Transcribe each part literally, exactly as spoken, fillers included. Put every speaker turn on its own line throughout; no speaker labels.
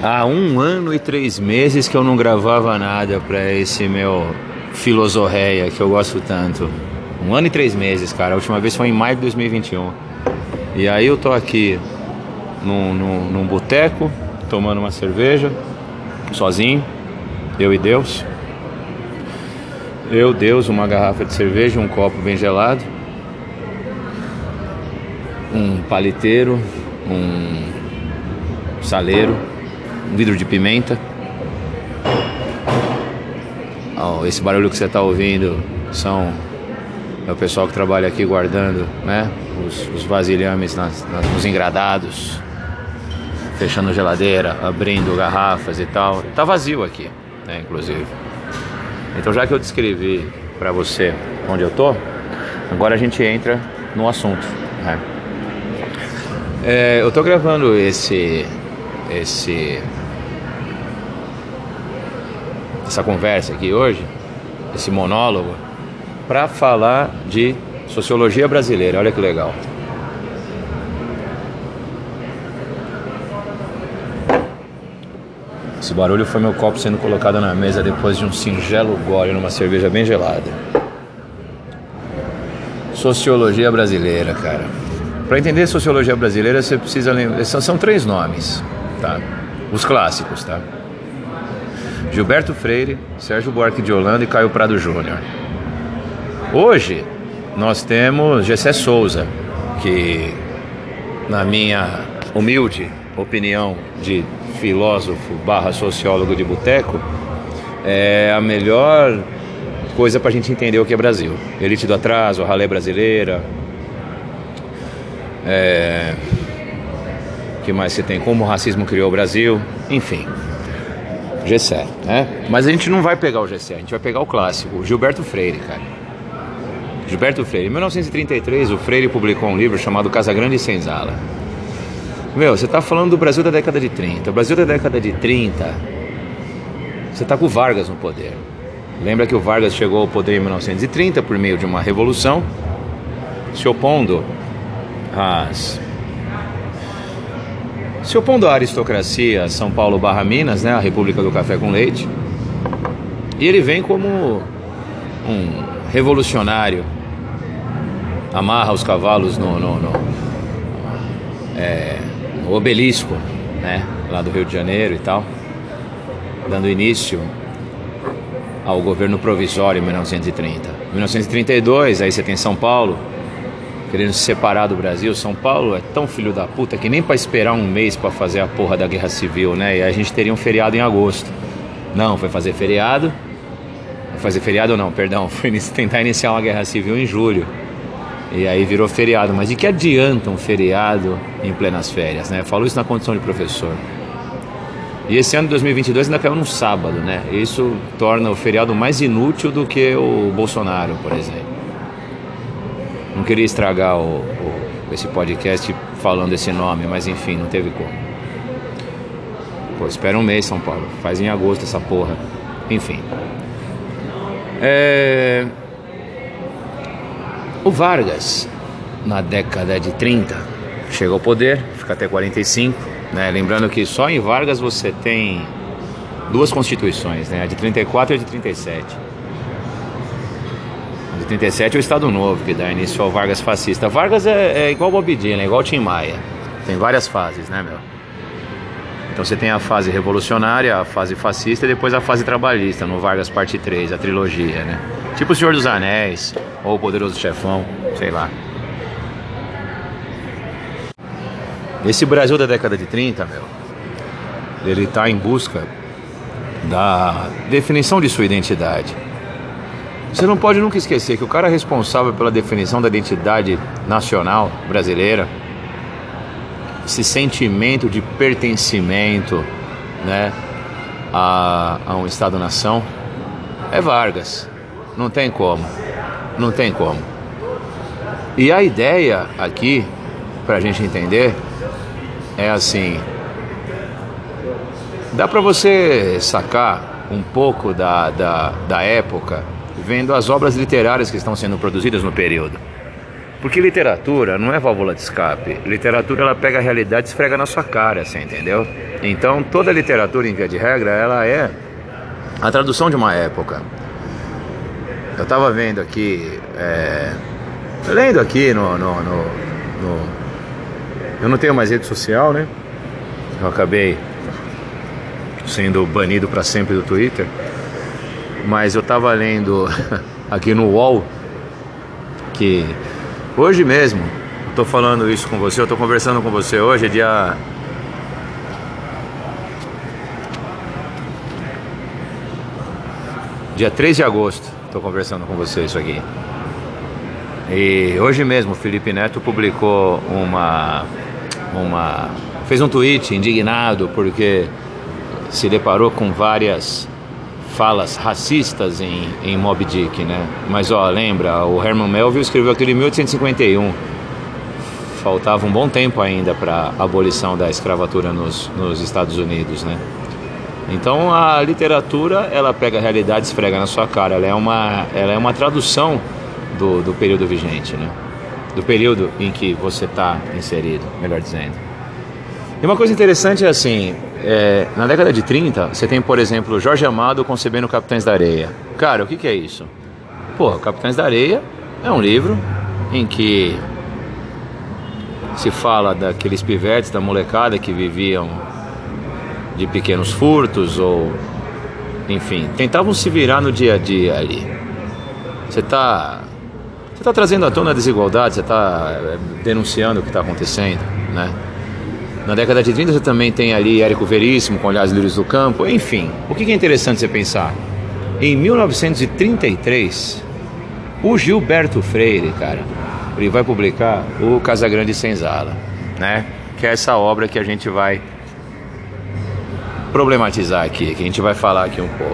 Há um ano e três meses que eu não gravava nada pra esse meu Filosoféia que eu gosto tanto. Um ano e três meses, cara. A última vez foi em maio de dois mil e vinte e um. E aí eu tô aqui num, num, num boteco, tomando uma cerveja, sozinho, eu e Deus. Eu, Deus, uma garrafa de cerveja, um copo bem gelado, um paliteiro, um saleiro, um vidro de pimenta. Oh, esse barulho que você está ouvindo são é o pessoal que trabalha aqui guardando, né, os, os vasilhames nas, nas, nos engradados, fechando geladeira, abrindo garrafas e tal. Tá vazio aqui, né, inclusive. Então, já que eu descrevi para você onde eu tô, agora a gente entra no assunto, né? É, eu tô gravando esse esse essa conversa aqui hoje, esse monólogo, para falar de sociologia brasileira. Olha que legal. Esse barulho foi meu copo sendo colocado na mesa depois de um singelo gole numa cerveja bem gelada. Sociologia brasileira, cara. Para entender sociologia brasileira, você precisa lembrar. São, são três nomes, tá? Os clássicos, tá? Gilberto Freire, Sérgio Buarque de Holanda e Caio Prado Júnior. Hoje, nós temos Gessé Souza, que, na minha humilde opinião de filósofo barra sociólogo de boteco, é a melhor coisa pra gente entender o que é Brasil. Elite do Atraso, a Ralé Brasileira, é... que mais você tem? Como o racismo criou o Brasil, enfim. Gessé, né? Mas a gente não vai pegar o Gessé, a gente vai pegar o clássico, o Gilberto Freire, cara. Gilberto Freire. Em mil novecentos e trinta e três, o Freire publicou um livro chamado Casa Grande e Senzala. Meu, você tá falando do Brasil da década de trinta. O Brasil da década de trinta, você tá com o Vargas no poder. Lembra que o Vargas chegou ao poder em mil novecentos e trinta por meio de uma revolução, se opondo às... se opondo à aristocracia São Paulo barra Minas, né, a República do Café com Leite. E ele vem como um revolucionário, amarra os cavalos no, no, no, é, no obelisco, né, lá do Rio de Janeiro e tal, dando início ao governo provisório em mil novecentos e trinta. Em mil novecentos e trinta e dois, aí você tem São Paulo querendo se separar do Brasil. São Paulo é tão filho da puta que nem pra esperar um mês pra fazer a porra da guerra civil, né? E a gente teria um feriado em agosto. Não, foi fazer feriado. Fazer feriado não, perdão. Foi tentar iniciar uma guerra civil em julho. E aí virou feriado. Mas de que adianta um feriado em plenas férias, né? Eu falo isso na condição de professor. E esse ano de dois mil e vinte e dois ainda caiu num sábado, né? Isso torna o feriado mais inútil do que o Bolsonaro, por exemplo. Não queria estragar o, o, esse podcast falando esse nome, mas enfim, não teve como. Pô, espera um mês, São Paulo. Faz em agosto essa porra. Enfim. É... O Vargas, na década de trinta, chega ao poder, fica até quarenta e cinco, né? Lembrando que só em Vargas você tem duas constituições, né? A de trinta e quatro e a de trinta e sete. De trinta e sete é o Estado Novo, que dá início ao Vargas fascista. Vargas é, é igual Bob Dylan, é igual Tim Maia. Tem várias fases, né, meu? Então você tem a fase revolucionária, a fase fascista e depois a fase trabalhista, no Vargas parte três, a trilogia, né? Tipo o Senhor dos Anéis, ou o Poderoso Chefão, sei lá. Esse Brasil da década de trinta, meu, ele tá em busca da definição de sua identidade. Você não pode nunca esquecer que o cara responsável pela definição da identidade nacional brasileira, esse sentimento de pertencimento, né, a, a um Estado-nação, é Vargas. Não tem como. Não tem como. E a ideia aqui, pra gente entender, é assim: dá pra você sacar um pouco da, da, da época vendo as obras literárias que estão sendo produzidas no período. Porque literatura não é válvula de escape. Literatura, ela pega a realidade e esfrega na sua cara, você entendeu? Então toda literatura, em via de regra, ela é a tradução de uma época. Eu tava vendo aqui, é, lendo aqui no, no, no, no... Eu não tenho mais rede social, né? Eu acabei sendo banido para sempre do Twitter. Mas eu tava lendo aqui no U O L que hoje mesmo, eu tô falando isso com você, eu tô conversando com você hoje, é dia... Dia três de agosto, tô conversando com você isso aqui. E hoje mesmo o Felipe Neto publicou uma... uma fez um tweet indignado porque se deparou com várias falas racistas em, em Moby Dick, né? Mas ó, lembra, o Herman Melville escreveu aquilo em mil oitocentos e cinquenta e um. Faltava um bom tempo ainda para a abolição da escravatura nos, nos Estados Unidos, né? Então a literatura, ela pega a realidade e esfrega na sua cara. Ela é uma, ela é uma tradução do, do período vigente, né? Do período em que você está inserido, melhor dizendo. E uma coisa interessante é assim, é, na década de trinta, você tem, por exemplo, Jorge Amado concebendo Capitães da Areia. Cara, o que, que é isso? Pô, Capitães da Areia é um livro em que se fala daqueles pivetes, da molecada que viviam de pequenos furtos ou, enfim, tentavam se virar no dia a dia ali. Você está você tá trazendo à tona a desigualdade, você está denunciando o que está acontecendo, né? Na década de trinta você também tem ali Érico Veríssimo com Olhares Lírios do Campo. Enfim, o que é interessante você pensar? Em mil novecentos e trinta e três, o Gilberto Freire, cara, ele vai publicar o Casagrande Senzala, né? Que é essa obra que a gente vai problematizar aqui, que a gente vai falar aqui um pouco.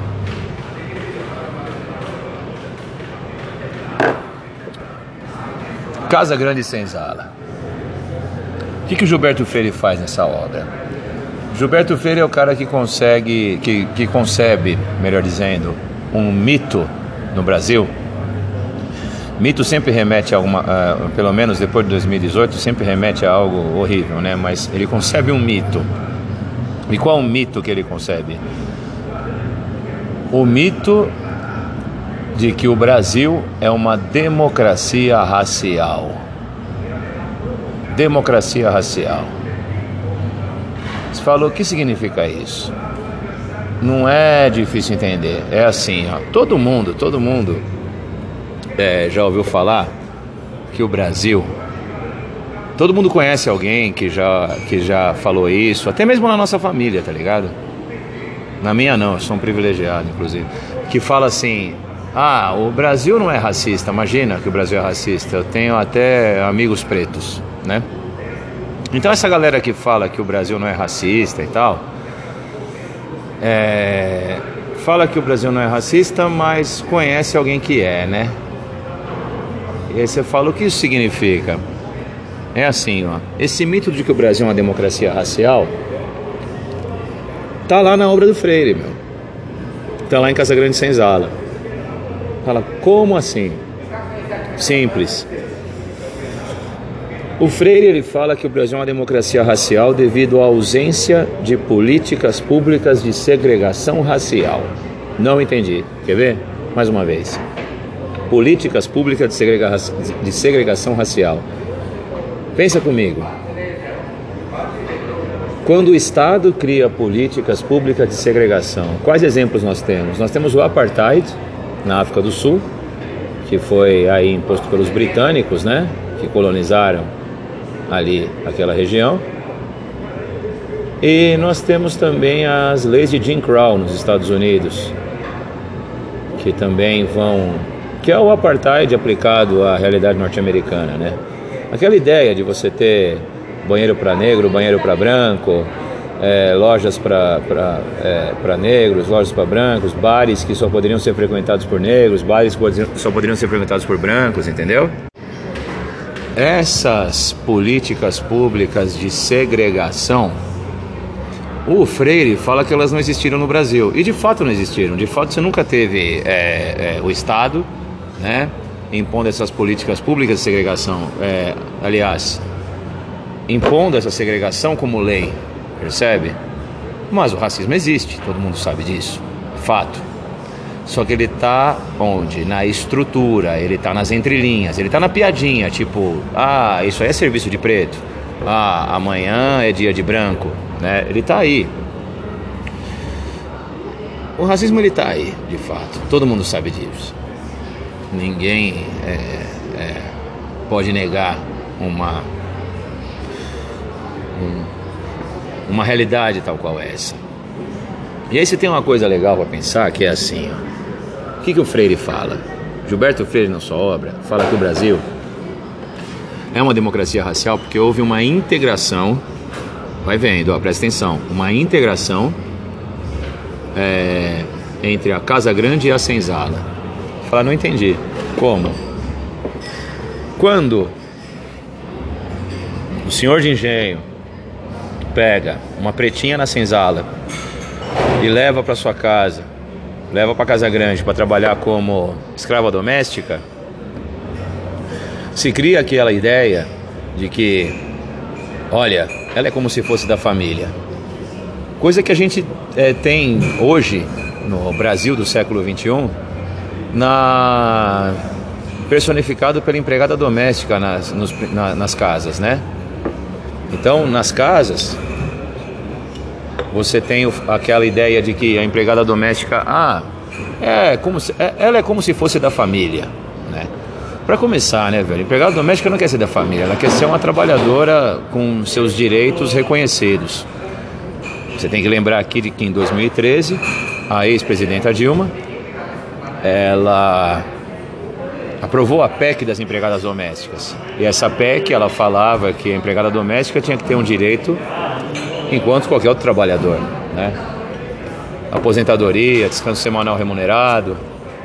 Casagrande Senzala. O que, que o Gilberto Freire faz nessa obra? Gilberto Freire é o cara que consegue, que, que concebe, melhor dizendo, um mito no Brasil. Mito sempre remete a alguma, uh, pelo menos depois de dois mil e dezoito, sempre remete a algo horrível, né? Mas ele concebe um mito. E qual é o mito que ele concebe? O mito de que o Brasil é uma democracia racial. Democracia racial. Você falou, o que significa isso? Não é difícil entender. É assim, ó, todo mundo, todo mundo é, já ouviu falar que o Brasil... Todo mundo conhece alguém que já, que já falou isso, até mesmo na nossa família, tá ligado? Na minha não, eu sou um privilegiado, inclusive. Que fala assim, ah, o Brasil não é racista, imagina que o Brasil é racista. Eu tenho até amigos pretos, né? Então essa galera que fala que o Brasil não é racista e tal, é, fala que o Brasil não é racista, mas conhece alguém que é, né? E aí você fala, o que isso significa? É assim, ó, esse mito de que o Brasil é uma democracia racial tá lá na obra do Freire, meu. Tá lá em Casagrande Senzala. Fala, como assim? Simples. O Freire, ele fala que o Brasil é uma democracia racial devido à ausência de políticas públicas de segregação racial. Não entendi. Quer ver? Mais uma vez. Políticas públicas de, segrega... de segregação racial. Pensa comigo. Quando o Estado cria políticas públicas de segregação, quais exemplos nós temos? Nós temos o Apartheid na África do Sul, que foi aí imposto pelos britânicos, né? Que colonizaram ali aquela região. E nós temos também as leis de Jim Crow nos Estados Unidos, que também vão... que é o Apartheid aplicado à realidade norte-americana, né? Aquela ideia de você ter banheiro para negro, banheiro para branco, é, lojas para é, negros, lojas para brancos, bares que só poderiam ser frequentados por negros, bares que só poderiam ser frequentados por brancos, entendeu? Essas políticas públicas de segregação, o Freire fala que elas não existiram no Brasil. E de fato não existiram. De fato você nunca teve é, é, o Estado, né, impondo essas políticas públicas de segregação, é, aliás, impondo essa segregação como lei, percebe? Mas o racismo existe, todo mundo sabe disso, fato. Só que ele está onde? Na estrutura, ele está nas entrelinhas, ele está na piadinha, tipo, ah, isso aí é serviço de preto, ah, amanhã é dia de branco, né? Ele está aí. O racismo ele está aí, de fato, todo mundo sabe disso. Ninguém é, é, pode negar uma, um, uma realidade tal qual essa. E aí você tem uma coisa legal para pensar, que é assim, ó. O que, que o Freire fala? Gilberto Freire, na sua obra, fala que o Brasil é uma democracia racial porque houve uma integração, vai vendo, ó, presta atenção, uma integração é, entre a Casa Grande e a Senzala. Fala, não entendi. Como? Quando o senhor de engenho pega uma pretinha na Senzala e leva para sua casa, leva para Casa Grande para trabalhar como escrava doméstica, se cria aquela ideia de que, olha, ela é como se fosse da família. Coisa que a gente é, tem hoje no Brasil do século vinte e um, na, personificado pela empregada doméstica nas, nos, na, nas casas, né? Então, nas casas, você tem o, aquela ideia de que a empregada doméstica, ah, é como se, é, ela é como se fosse da família, né? Para começar, né, velho? A empregada doméstica não quer ser da família, ela quer ser uma trabalhadora com seus direitos reconhecidos. Você tem que lembrar aqui de que em dois mil e treze, a ex-presidenta Dilma, ela aprovou a P E C das empregadas domésticas. E essa P E C, ela falava que a empregada doméstica tinha que ter um direito enquanto qualquer outro trabalhador, né? Aposentadoria, descanso semanal remunerado,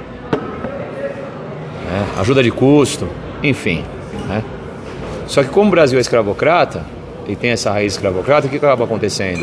né? Ajuda de custo, enfim, né? Só que como o Brasil é escravocrata e tem essa raiz escravocrata, o que acaba acontecendo?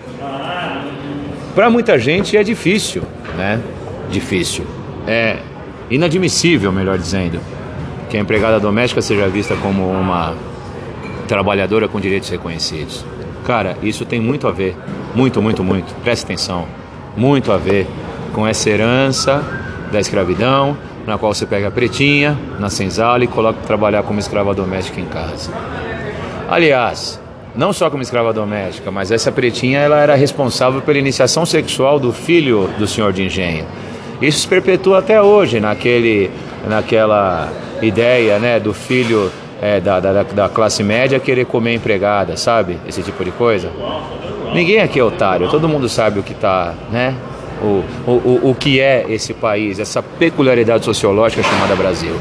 Para muita gente é difícil, né? Difícil. É inadmissível, melhor dizendo, que a empregada doméstica seja vista como uma trabalhadora com direitos reconhecidos. Cara, isso tem muito a ver, muito, muito, muito, presta atenção, muito a ver com essa herança da escravidão, na qual você pega a pretinha na senzala e coloca para trabalhar como escrava doméstica em casa. Aliás, não só como escrava doméstica, mas essa pretinha ela era responsável pela iniciação sexual do filho do senhor de engenho. Isso se perpetua até hoje naquele, naquela ideia, né, do filho é, da, da, da classe média querer comer empregada, sabe? Esse tipo de coisa. Ninguém aqui é otário, todo mundo sabe o que tá, né? O, o, o, o que é esse país, essa peculiaridade sociológica chamada Brasil.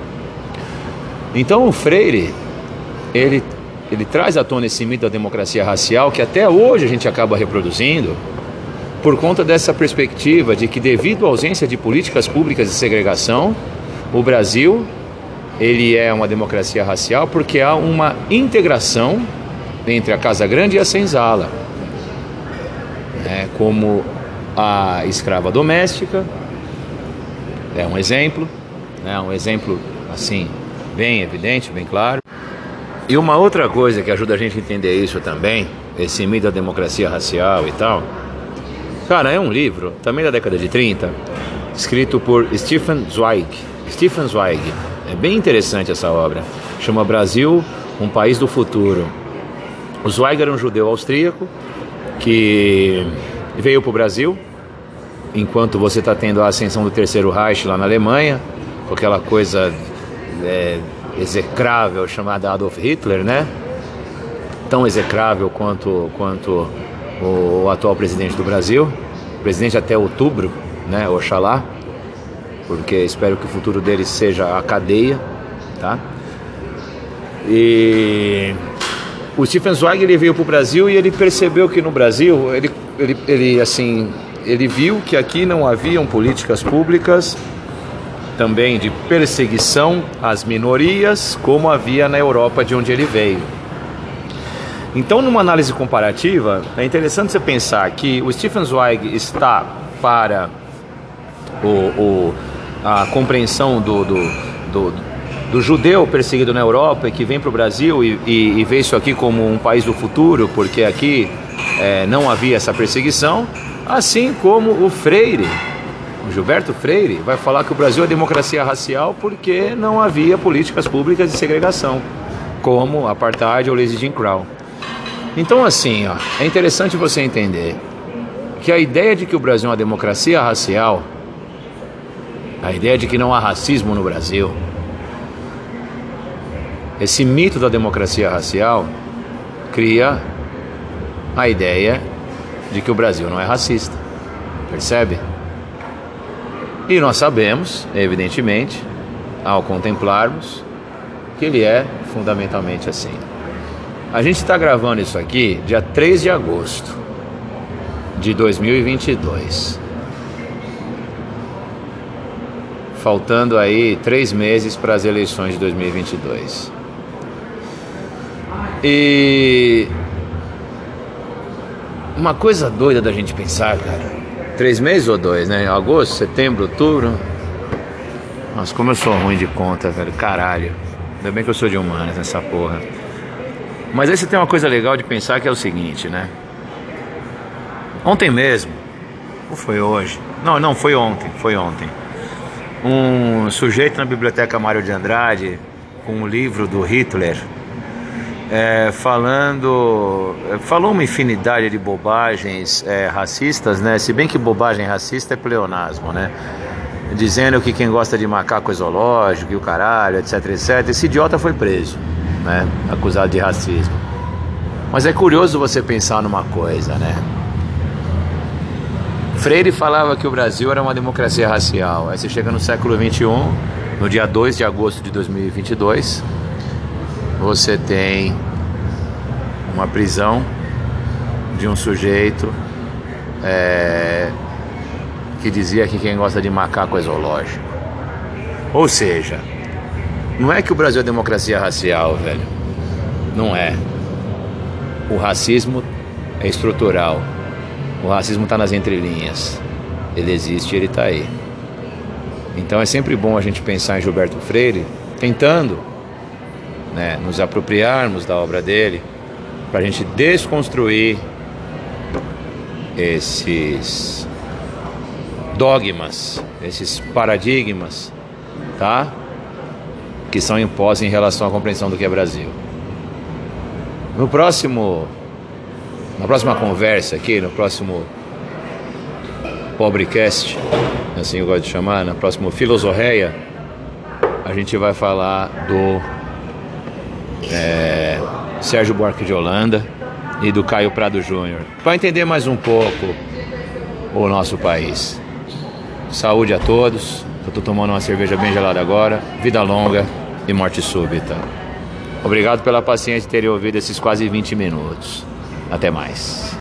Então o Freire, ele, ele traz à tona esse mito da democracia racial que até hoje a gente acaba reproduzindo por conta dessa perspectiva de que, devido à ausência de políticas públicas de segregação, o Brasil ele é uma democracia racial porque há uma integração entre a Casa Grande e a Senzala, né, como a escrava doméstica é um exemplo, né, um exemplo assim bem evidente, bem claro. E uma outra coisa que ajuda a gente a entender isso também, esse mito da democracia racial e tal, cara, é um livro, também da década de trinta, escrito por Stefan Zweig. Stefan Zweig, é bem interessante essa obra, chama Brasil, um país do futuro. O Zweig era um judeu austríaco que veio para o Brasil, enquanto você está tendo a ascensão do Terceiro Reich lá na Alemanha, com aquela coisa é, execrável chamada Adolf Hitler, né? Tão execrável quanto... quanto O, o atual presidente do Brasil, presidente até outubro, né, oxalá, porque espero que o futuro dele seja a cadeia, tá? E o Stefan Zweig, ele veio para o Brasil e ele percebeu que no Brasil, ele, ele, ele, assim, ele viu que aqui não haviam políticas públicas também de perseguição às minorias, como havia na Europa de onde ele veio. Então, numa análise comparativa, é interessante você pensar que o Stefan Zweig está para o, o, a compreensão do, do, do, do judeu perseguido na Europa e que vem para o Brasil e, e, e vê isso aqui como um país do futuro, porque aqui é, não havia essa perseguição, assim como o Freire, o Gilberto Freire, vai falar que o Brasil é democracia racial porque não havia políticas públicas de segregação, como apartheid ou leis de Jim Crow. Então, assim, ó, é interessante você entender que a ideia de que o Brasil é uma democracia racial, a ideia de que não há racismo no Brasil, esse mito da democracia racial cria a ideia de que o Brasil não é racista, percebe? E nós sabemos, evidentemente, ao contemplarmos, que ele é fundamentalmente assim. A gente está gravando isso aqui dia três de agosto de dois mil e vinte e dois. Faltando aí três meses para as eleições de dois mil e vinte e dois. E uma coisa doida da gente pensar, cara. Três meses ou dois, né? Agosto, setembro, outubro. Nossa, como eu sou ruim de conta, velho. Caralho. Ainda bem que eu sou de humanas nessa porra. Mas aí você tem uma coisa legal de pensar que é o seguinte, né? Ontem mesmo, ou foi hoje? Não, não, foi ontem, foi ontem. Um sujeito na Biblioteca Mário de Andrade, com um livro do Hitler, é, falando, falou uma infinidade de bobagens é, racistas, né? Se bem que bobagem racista é pleonasmo, né? Dizendo que quem gosta de macaco é zoológico e o caralho, etc, etcétera. Esse idiota foi preso, né? Acusado de racismo. Mas é curioso você pensar numa coisa, né? Freire falava que o Brasil era uma democracia racial. Aí você chega no século vinte e um, no dia dois de agosto de dois mil e vinte e dois, você tem uma prisão de um sujeito é, que dizia que quem gosta de macaco é zoológico. Ou seja, não é que o Brasil é democracia racial, velho. Não é. O racismo é estrutural. O racismo está nas entrelinhas. Ele existe e ele está aí. Então é sempre bom a gente pensar em Gilberto Freire, tentando, né, nos apropriarmos da obra dele, para a gente desconstruir esses dogmas, esses paradigmas, tá? Que são impostos em relação à compreensão do que é Brasil. No próximo, na próxima conversa aqui, no próximo Pobrecast, assim eu gosto de chamar, na próxima Filosofia, a gente vai falar do é, Sérgio Buarque de Holanda e do Caio Prado Júnior, para entender mais um pouco o nosso país. Saúde a todos. Eu tô tomando uma cerveja bem gelada agora. Vida longa e morte súbita. Obrigado pela paciência de terem ouvido esses quase vinte minutos. Até mais.